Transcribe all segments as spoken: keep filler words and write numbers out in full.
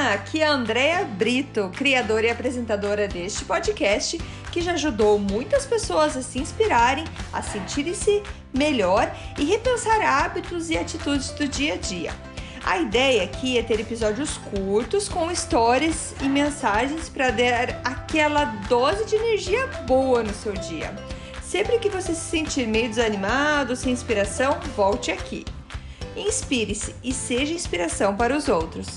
Olá, aqui é a Andrea Brito, criadora e apresentadora deste podcast, que já ajudou muitas pessoas a se inspirarem, a sentirem-se melhor e repensar hábitos e atitudes do dia a dia. A ideia aqui é ter episódios curtos com histórias e mensagens para dar aquela dose de energia boa no seu dia. Sempre que você se sentir meio desanimado, sem inspiração, volte aqui. Inspire-se e seja inspiração para os outros.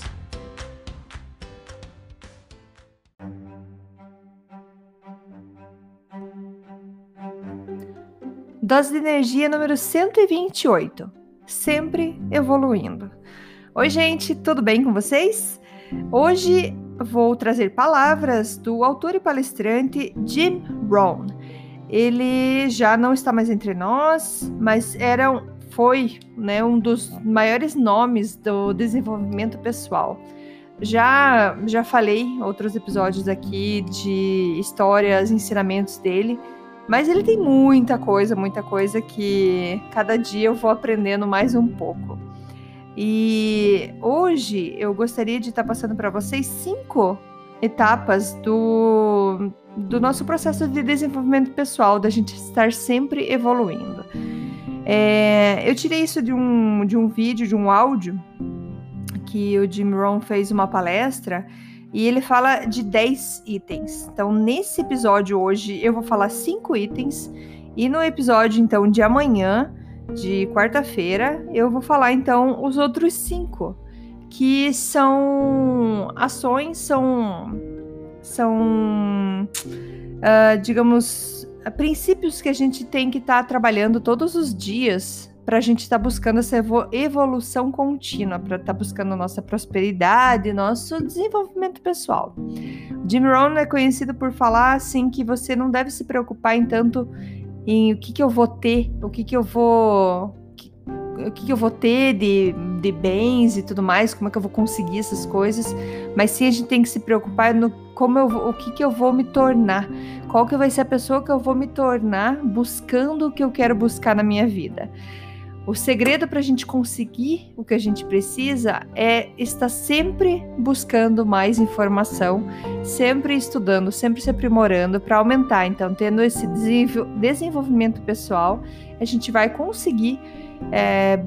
Dose de energia número cento e vinte e oito. Sempre evoluindo. Oi, gente, tudo bem com vocês? Hoje vou trazer palavras do autor e palestrante Jim Rohn. Ele já não está mais entre nós, mas era, foi né, um dos maiores nomes do desenvolvimento pessoal. Já, já falei em outros episódios aqui de histórias, ensinamentos dele, mas ele tem muita coisa, muita coisa que cada dia eu vou aprendendo mais um pouco. E hoje eu gostaria de estar passando para vocês cinco etapas do, do nosso processo de desenvolvimento pessoal, da gente estar sempre evoluindo. É, eu tirei isso de um, de um vídeo, de um áudio, que o Jim Rohn fez uma palestra, e ele fala de dez itens. Então, nesse episódio hoje, eu vou falar cinco itens. E no episódio, então, de amanhã, de quarta-feira, eu vou falar, então, os outros cinco. Que são ações, são, são uh, digamos, princípios que a gente tem que estar tá trabalhando todos os dias para a gente estar tá buscando essa evolução contínua, para estar tá buscando nossa prosperidade, nosso desenvolvimento pessoal. Jim Rohn é conhecido por falar assim que você não deve se preocupar em tanto em o que, que eu vou ter, o que, que eu vou, o que, que eu vou ter de, de bens e tudo mais, como é que eu vou conseguir essas coisas, mas sim a gente tem que se preocupar no como eu vou, o que, que eu vou me tornar, qual que vai ser a pessoa que eu vou me tornar buscando o que eu quero buscar na minha vida. O segredo para a gente conseguir o que a gente precisa é estar sempre buscando mais informação, sempre estudando, sempre se aprimorando para aumentar. Então, tendo esse desenvolvimento pessoal, a gente vai conseguir é,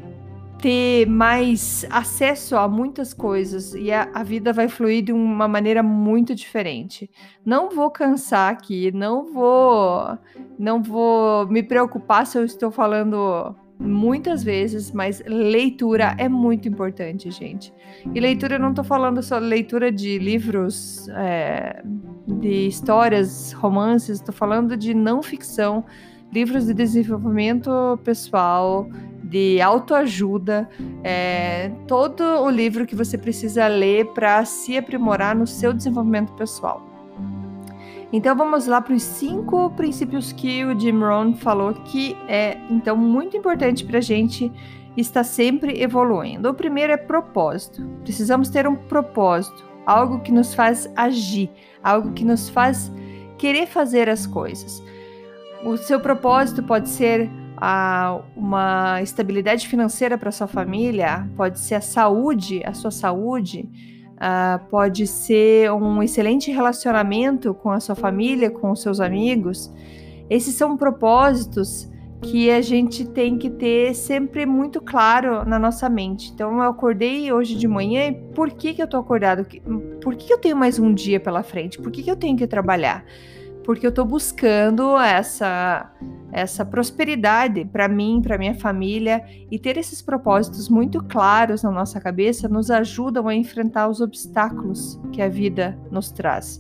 ter mais acesso a muitas coisas e a, a vida vai fluir de uma maneira muito diferente. Não vou cansar aqui, não vou, não vou me preocupar se eu estou falando muitas vezes, mas leitura é muito importante, gente. E leitura, eu não tô falando só leitura de livros, é, de histórias, romances, tô falando de não ficção, livros de desenvolvimento pessoal, de autoajuda, é, todo o livro que você precisa ler para se aprimorar no seu desenvolvimento pessoal. Então vamos lá para os cinco princípios que o Jim Rohn falou que é então muito importante para a gente estar sempre evoluindo. O primeiro é propósito. Precisamos ter um propósito, algo que nos faz agir, algo que nos faz querer fazer as coisas. O seu propósito pode ser a, uma estabilidade financeira para sua família, pode ser a saúde, a sua saúde. Uh, pode ser um excelente relacionamento com a sua família, com os seus amigos. Esses são propósitos que a gente tem que ter sempre muito claro na nossa mente. Então, eu acordei hoje de manhã e por que que eu tô acordado? Por que que eu tenho mais um dia pela frente? Por que que eu tenho que trabalhar? Porque eu tô buscando essa, essa prosperidade para mim, para minha família, e ter esses propósitos muito claros na nossa cabeça nos ajudam a enfrentar os obstáculos que a vida nos traz.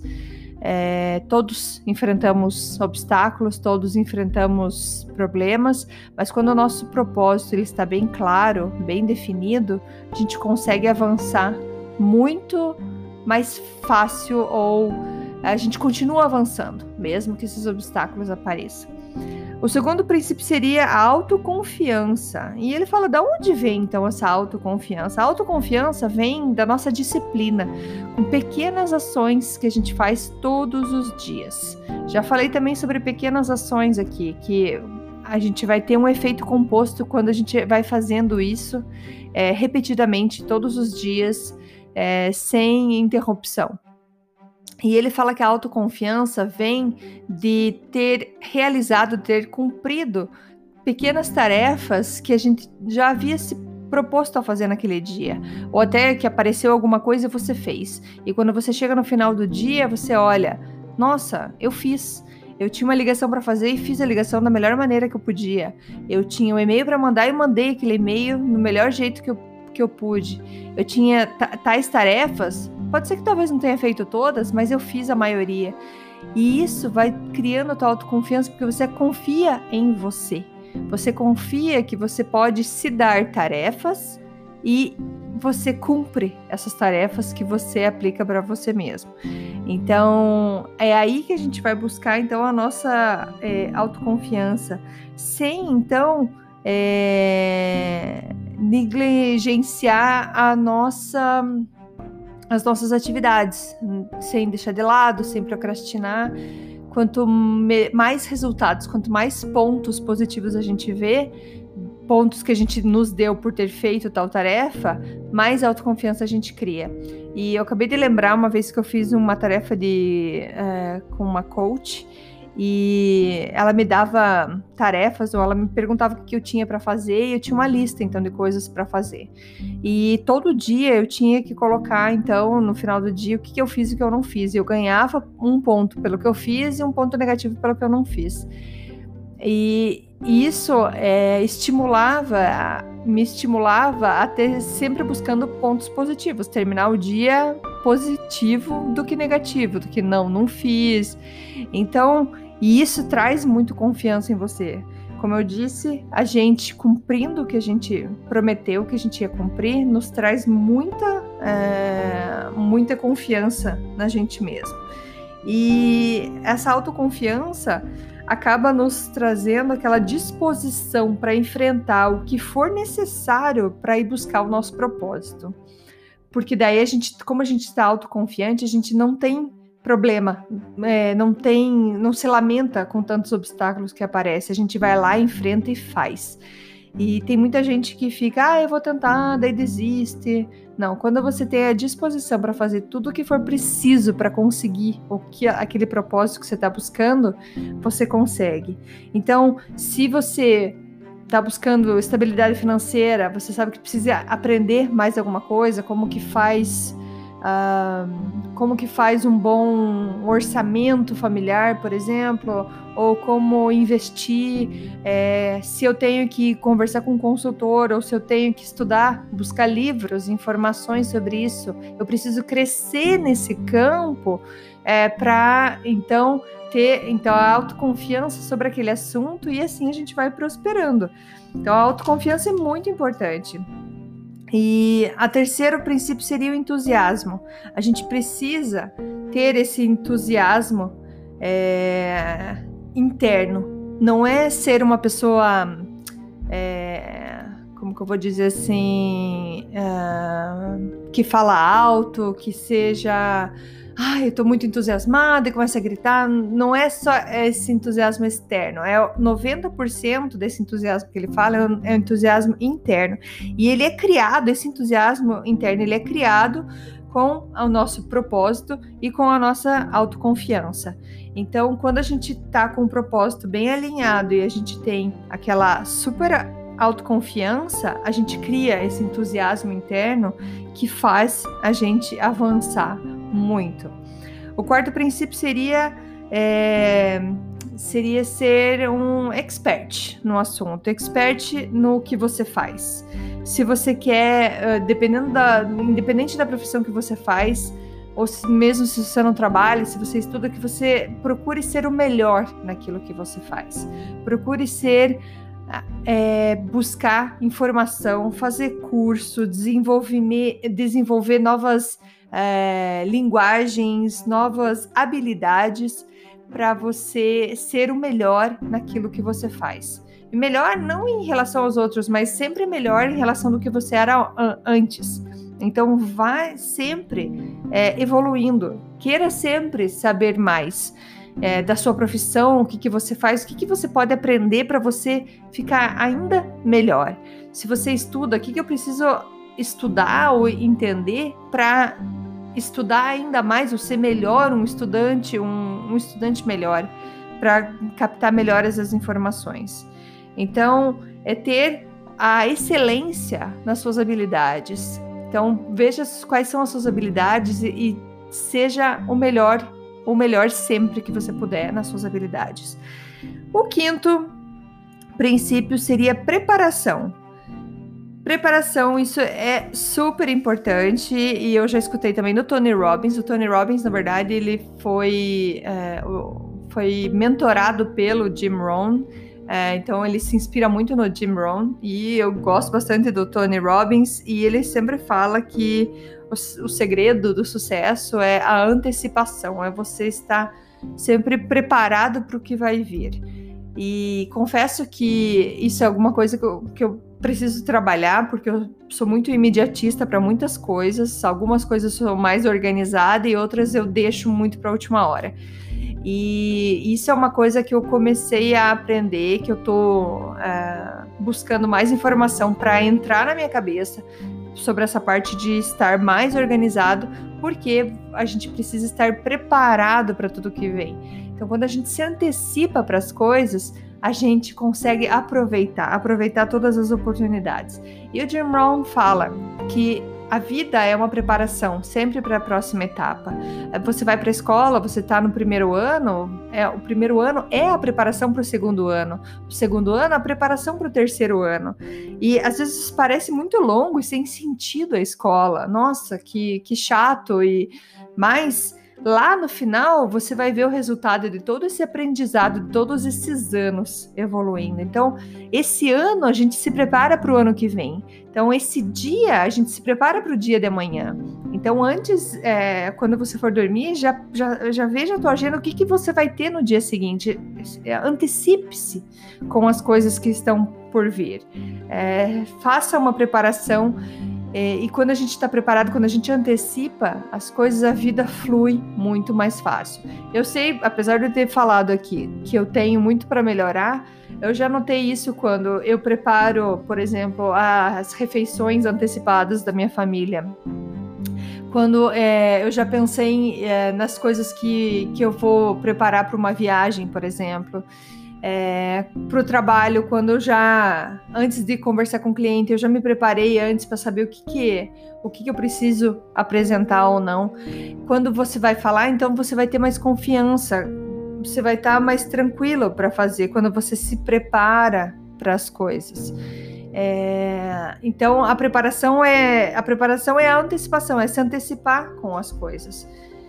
É, todos enfrentamos obstáculos, todos enfrentamos problemas, mas quando o nosso propósito ele está bem claro, bem definido, a gente consegue avançar muito mais fácil ou a gente continua avançando, mesmo que esses obstáculos apareçam. O segundo princípio seria a autoconfiança. E ele fala de onde vem, então, essa autoconfiança? A autoconfiança vem da nossa disciplina, com pequenas ações que a gente faz todos os dias. Já falei também sobre pequenas ações aqui, que a gente vai ter um efeito composto quando a gente vai fazendo isso é, repetidamente, todos os dias, é, sem interrupção. E ele fala que a autoconfiança vem de ter realizado, ter cumprido pequenas tarefas que a gente já havia se proposto a fazer naquele dia, ou até que apareceu alguma coisa e você fez. E quando você chega no final do dia, você olha, nossa, eu fiz. Eu tinha uma ligação para fazer e fiz a ligação da melhor maneira que eu podia. Eu tinha um e-mail para mandar e mandei aquele e-mail no melhor jeito que eu, que eu pude. Eu tinha tais tarefas, pode ser que talvez não tenha feito todas, mas eu fiz a maioria. E isso vai criando a tua autoconfiança porque você confia em você. Você confia que você pode se dar tarefas e você cumpre essas tarefas que você aplica para você mesmo. Então, é aí que a gente vai buscar então a nossa é, autoconfiança, sem então é, negligenciar a nossa, as nossas atividades, sem deixar de lado, sem procrastinar. Quanto me, mais resultados, quanto mais pontos positivos a gente vê, pontos que a gente nos deu por ter feito tal tarefa, mais autoconfiança a gente cria. E eu acabei de lembrar uma vez que eu fiz uma tarefa de, é, com uma coach, e ela me dava tarefas, ou ela me perguntava o que eu tinha para fazer, e eu tinha uma lista, então, de coisas para fazer. E todo dia eu tinha que colocar, então, no final do dia, o que eu fiz e o que eu não fiz. E eu ganhava um ponto pelo que eu fiz e um ponto negativo pelo que eu não fiz. E isso é, estimulava, me estimulava a ter sempre buscando pontos positivos, terminar o dia positivo do que negativo, do que não, não fiz. Então, e isso traz muito confiança em você. Como eu disse, a gente cumprindo o que a gente prometeu que a gente ia cumprir, nos traz muita, é, muita confiança na gente mesmo. E essa autoconfiança acaba nos trazendo aquela disposição para enfrentar o que for necessário para ir buscar o nosso propósito. Porque daí a gente, como a gente está autoconfiante, a gente não tem problema, é, não tem, não se lamenta com tantos obstáculos que aparecem. A gente vai lá, enfrenta e faz. E tem muita gente que fica, ah, eu vou tentar, daí desiste. Não, quando você tem a disposição para fazer tudo o que for preciso para conseguir o que, aquele propósito que você está buscando, você consegue. Então, se você está buscando estabilidade financeira, você sabe que precisa aprender mais alguma coisa, como que faz... Uh, como que faz um bom orçamento familiar, por exemplo, ou como investir, é, se eu tenho que conversar com um consultor, ou se eu tenho que estudar, buscar livros, informações sobre isso, eu preciso crescer nesse campo é, para, então, ter então, a autoconfiança sobre aquele assunto, e assim a gente vai prosperando. Então, a autoconfiança é muito importante. E a terceiro princípio seria o entusiasmo. A gente precisa ter esse entusiasmo é, interno. Não é ser uma pessoa, é, como que eu vou dizer assim, é, que fala alto, que seja... Ai, eu tô muito entusiasmada e começa a gritar. Não é só esse entusiasmo externo, é noventa por cento desse entusiasmo que ele fala é um entusiasmo interno. E ele é criado, esse entusiasmo interno, ele é criado com o nosso propósito e com a nossa autoconfiança. Então, quando a gente tá com um propósito bem alinhado e a gente tem aquela super autoconfiança, a gente cria esse entusiasmo interno que faz a gente avançar muito. O quarto princípio seria é, seria ser um expert no assunto, expert no que você faz. Se você quer, dependendo da, independente da profissão que você faz, ou se, mesmo se você não trabalha, se você estuda, que você procure ser o melhor naquilo que você faz. Procure ser É, buscar informação, fazer curso, desenvolver, desenvolver novas é, linguagens, novas habilidades para você ser o melhor naquilo que você faz. E melhor não em relação aos outros, mas sempre melhor em relação do que você era antes. Então, vai sempre é, evoluindo, queira sempre saber mais. É, da sua profissão, o que, que você faz, o que, que você pode aprender para você ficar ainda melhor. Se você estuda, o que, que eu preciso estudar ou entender para estudar ainda mais ou ser melhor um estudante, um, um estudante melhor, para captar melhor essas informações. Então, é ter a excelência nas suas habilidades. Então, veja quais são as suas habilidades e, e seja o melhor, o melhor sempre que você puder nas suas habilidades. O quinto princípio seria preparação. Preparação, isso é super importante e eu já escutei também do Tony Robbins. O Tony Robbins, na verdade, ele foi, é, foi mentorado pelo Jim Rohn, é, então ele se inspira muito no Jim Rohn e eu gosto bastante do Tony Robbins e ele sempre fala que o, o segredo do sucesso é a antecipação, é você estar sempre preparado para o que vai vir. E confesso que isso é alguma coisa que eu, que eu preciso trabalhar, porque eu sou muito imediatista para muitas coisas. Algumas coisas eu sou mais organizada e outras eu deixo muito para a última hora. E isso é uma coisa que eu comecei a aprender, que eu estou uh, buscando mais informação para entrar na minha cabeça sobre essa parte de estar mais organizado, porque a gente precisa estar preparado para tudo que vem. Então, quando a gente se antecipa para as coisas, a gente consegue aproveitar, aproveitar todas as oportunidades. E o Jim Rohn fala que a vida é uma preparação sempre para a próxima etapa. Você vai para a escola, você está no primeiro ano, é, o primeiro ano é a preparação para o segundo ano, o segundo ano a preparação para o terceiro ano. E às vezes parece muito longo e sem sentido a escola. Nossa, que, que chato! E mas lá no final, você vai ver o resultado de todo esse aprendizado, de todos esses anos evoluindo. Então, esse ano a gente se prepara para o ano que vem. Então, esse dia a gente se prepara para o dia de amanhã. Então, antes, é, quando você for dormir, já, já, já veja a tua agenda, o que, que você vai ter no dia seguinte. Antecipe-se com as coisas que estão por vir. É, faça uma preparação. É, e quando a gente está preparado, quando a gente antecipa as coisas, a vida flui muito mais fácil. Eu sei, apesar de eu ter falado aqui que eu tenho muito para melhorar, eu já notei isso quando eu preparo, por exemplo, as refeições antecipadas da minha família. Quando é, eu já pensei é, nas coisas que, que eu vou preparar para uma viagem, por exemplo. É, para o trabalho, quando eu já, antes de conversar com o cliente, eu já me preparei antes para saber o que que, o que que eu preciso apresentar ou não. Quando você vai falar, então você vai ter mais confiança, você vai estar mais tranquilo para fazer, quando você se prepara para as coisas. É, então a preparação é a preparação é a antecipação, é se antecipar com as coisas.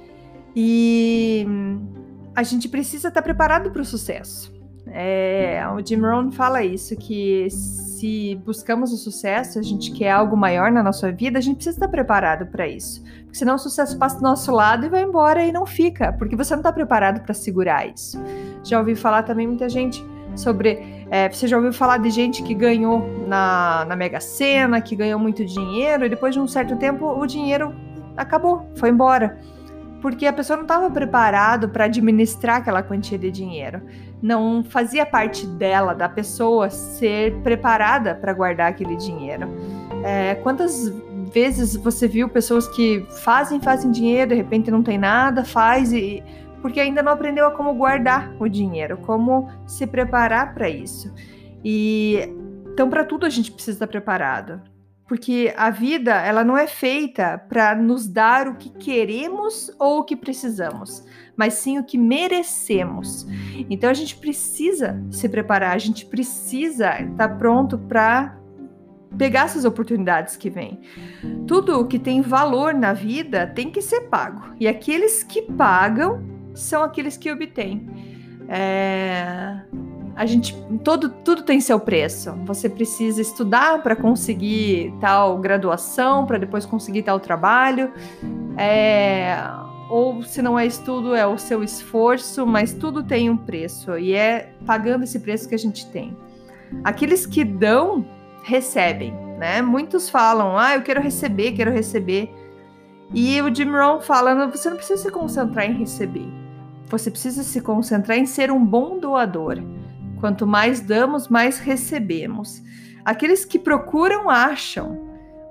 E a gente precisa estar preparado para o sucesso. É, o Jim Rohn fala isso, que se buscamos o sucesso, a gente quer algo maior na nossa vida, a gente precisa estar preparado para isso, porque senão o sucesso passa do nosso lado e vai embora e não fica, porque você não está preparado para segurar isso. Já ouvi falar também muita gente sobre, é, você já ouviu falar de gente que ganhou na, na Mega Sena, que ganhou muito dinheiro e depois de um certo tempo o dinheiro acabou, foi embora. Porque a pessoa não estava preparada para administrar aquela quantia de dinheiro. Não fazia parte dela, da pessoa, ser preparada para guardar aquele dinheiro. É, quantas vezes você viu pessoas que fazem, fazem dinheiro, de repente não tem nada, faz, e, porque ainda não aprendeu a como guardar o dinheiro, como se preparar para isso. E, então, para tudo a gente precisa estar preparado. Porque a vida, ela não é feita para nos dar o que queremos ou o que precisamos, mas sim o que merecemos. Então a gente precisa se preparar, a gente precisa estar pronto para pegar essas oportunidades que vêm. Tudo o que tem valor na vida tem que ser pago. E aqueles que pagam são aqueles que obtêm. É... A gente, todo, tudo tem seu preço. Você precisa estudar para conseguir tal graduação, para depois conseguir tal trabalho. É, ou se não é estudo, é o seu esforço, mas tudo tem um preço. E é pagando esse preço que a gente tem. Aqueles que dão, recebem, né? Muitos falam, ah, eu quero receber, quero receber. E o Jim Rohn fala, você não precisa se concentrar em receber. Você precisa se concentrar em ser um bom doador. Quanto mais damos, mais recebemos. Aqueles que procuram, acham.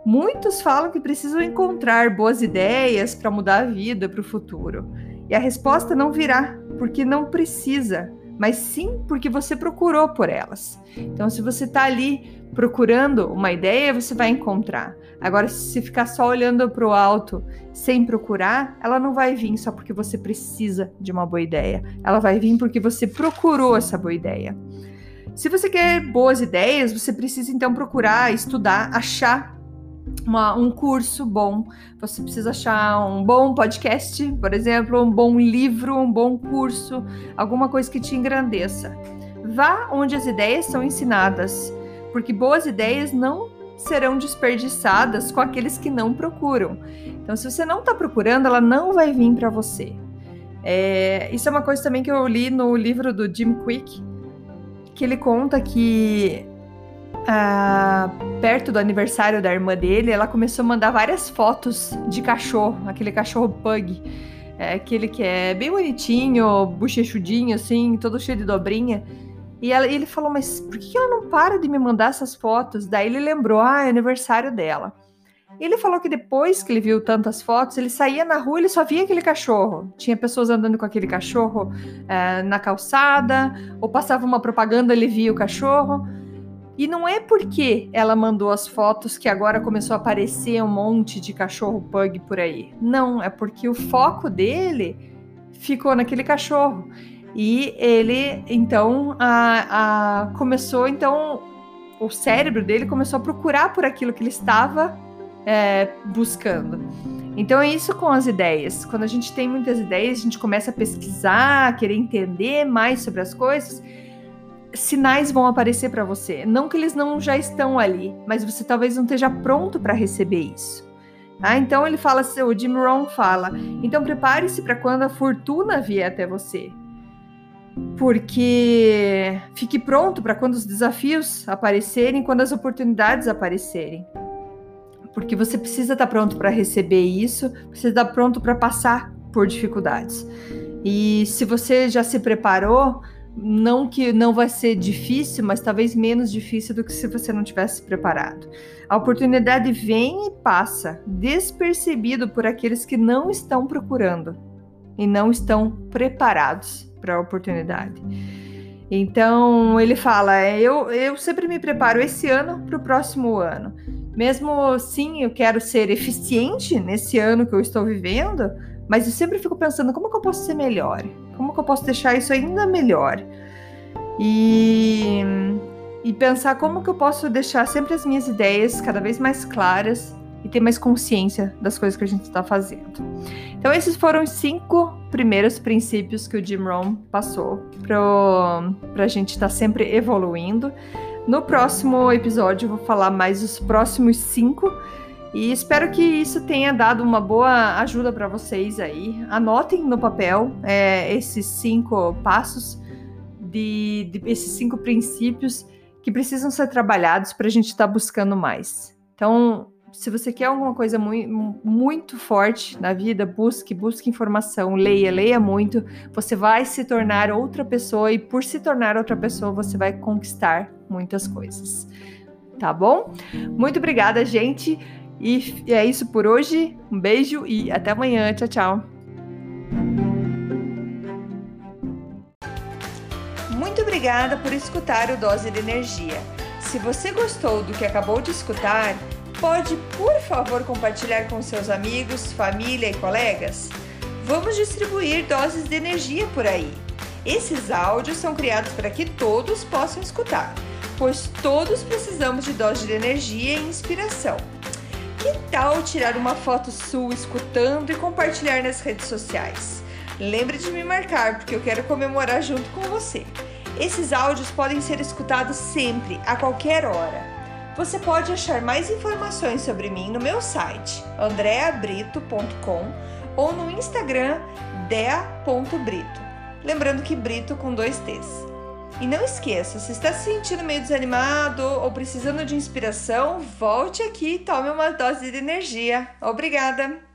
Muitos falam que precisam encontrar boas ideias para mudar a vida para o futuro. E a resposta não virá porque não precisa, mas sim porque você procurou por elas. Então, se você está ali procurando uma ideia, você vai encontrar. Agora, se ficar só olhando para o alto sem procurar, ela não vai vir só porque você precisa de uma boa ideia. Ela vai vir porque você procurou essa boa ideia. Se você quer boas ideias, você precisa então procurar, estudar, achar Uma, um curso bom. Você precisa achar um bom podcast, por exemplo, um bom livro, um bom curso, alguma coisa que te engrandeça. Vá onde as ideias são ensinadas, porque boas ideias não serão desperdiçadas com aqueles que não procuram. Então, se você não está procurando, ela não vai vir para você. É, isso é uma coisa também que eu li no livro do Jim Kwik, que ele conta que Ah, perto do aniversário da irmã dele, ela começou a mandar várias fotos de cachorro, aquele cachorro pug, é, aquele que é bem bonitinho, bochechudinho, assim, todo cheio de dobrinha. E ela, ele falou, mas por que ela não para de me mandar essas fotos? Daí ele lembrou, ah, é aniversário dela. Ele falou que depois que ele viu tantas fotos, ele saía na rua e ele só via aquele cachorro. Tinha pessoas andando com aquele cachorro é, na calçada, ou passava uma propaganda, ele via o cachorro. E não é porque ela mandou as fotos que agora começou a aparecer um monte de cachorro pug por aí. Não, é porque o foco dele ficou naquele cachorro. E ele, então, a, a, começou, então, o cérebro dele começou a procurar por aquilo que ele estava é, buscando. Então é isso com as ideias. Quando a gente tem muitas ideias, a gente começa a pesquisar, a querer entender mais sobre as coisas, sinais vão aparecer para você. Não que eles não já estão ali, mas você talvez não esteja pronto para receber isso. Tá? Então ele fala, o Jim Rohn fala, então prepare-se para quando a fortuna vier até você. Porque fique pronto para quando os desafios aparecerem, quando as oportunidades aparecerem. Porque você precisa estar pronto para receber isso, precisa estar pronto para passar por dificuldades. E se você já se preparou, não que não vai ser difícil, mas talvez menos difícil do que se você não tivesse preparado. A oportunidade vem e passa, despercebido por aqueles que não estão procurando e não estão preparados para a oportunidade. Então, ele fala, eu, eu sempre me preparo esse ano para o próximo ano. Mesmo sim, eu quero ser eficiente nesse ano que eu estou vivendo, mas eu sempre fico pensando, como que eu posso ser melhor? Como que eu posso deixar isso ainda melhor? E, e pensar como que eu posso deixar sempre as minhas ideias cada vez mais claras e ter mais consciência das coisas que a gente está fazendo. Então, esses foram os cinco primeiros princípios que o Jim Rohn passou para a gente estar sempre evoluindo. No próximo episódio, eu vou falar mais os próximos cinco. E espero que isso tenha dado uma boa ajuda para vocês aí. Anotem no papel é, esses cinco passos, de, de, esses cinco princípios que precisam ser trabalhados para a gente estar tá buscando mais. Então, se você quer alguma coisa muito, muito forte na vida, busque, busque informação, leia, leia muito. Você vai se tornar outra pessoa e por se tornar outra pessoa, você vai conquistar muitas coisas. Tá bom? Muito obrigada, gente. E é isso por hoje. Um beijo e até amanhã. Tchau, tchau. Muito obrigada por escutar o Dose de Energia. Se você gostou do que acabou de escutar, pode, por favor, compartilhar com seus amigos, família e colegas? Vamos distribuir doses de energia por aí. Esses áudios são criados para que todos possam escutar, pois todos precisamos de doses de energia e inspiração. Que tal tirar uma foto sua escutando e compartilhar nas redes sociais? Lembre de me marcar, porque eu quero comemorar junto com você. Esses áudios podem ser escutados sempre, a qualquer hora. Você pode achar mais informações sobre mim no meu site, andrea brito ponto com, ou no Instagram, dea ponto brito. Lembrando que Brito com dois T's. E não esqueça, se está se sentindo meio desanimado ou precisando de inspiração, volte aqui e tome uma dose de energia. Obrigada!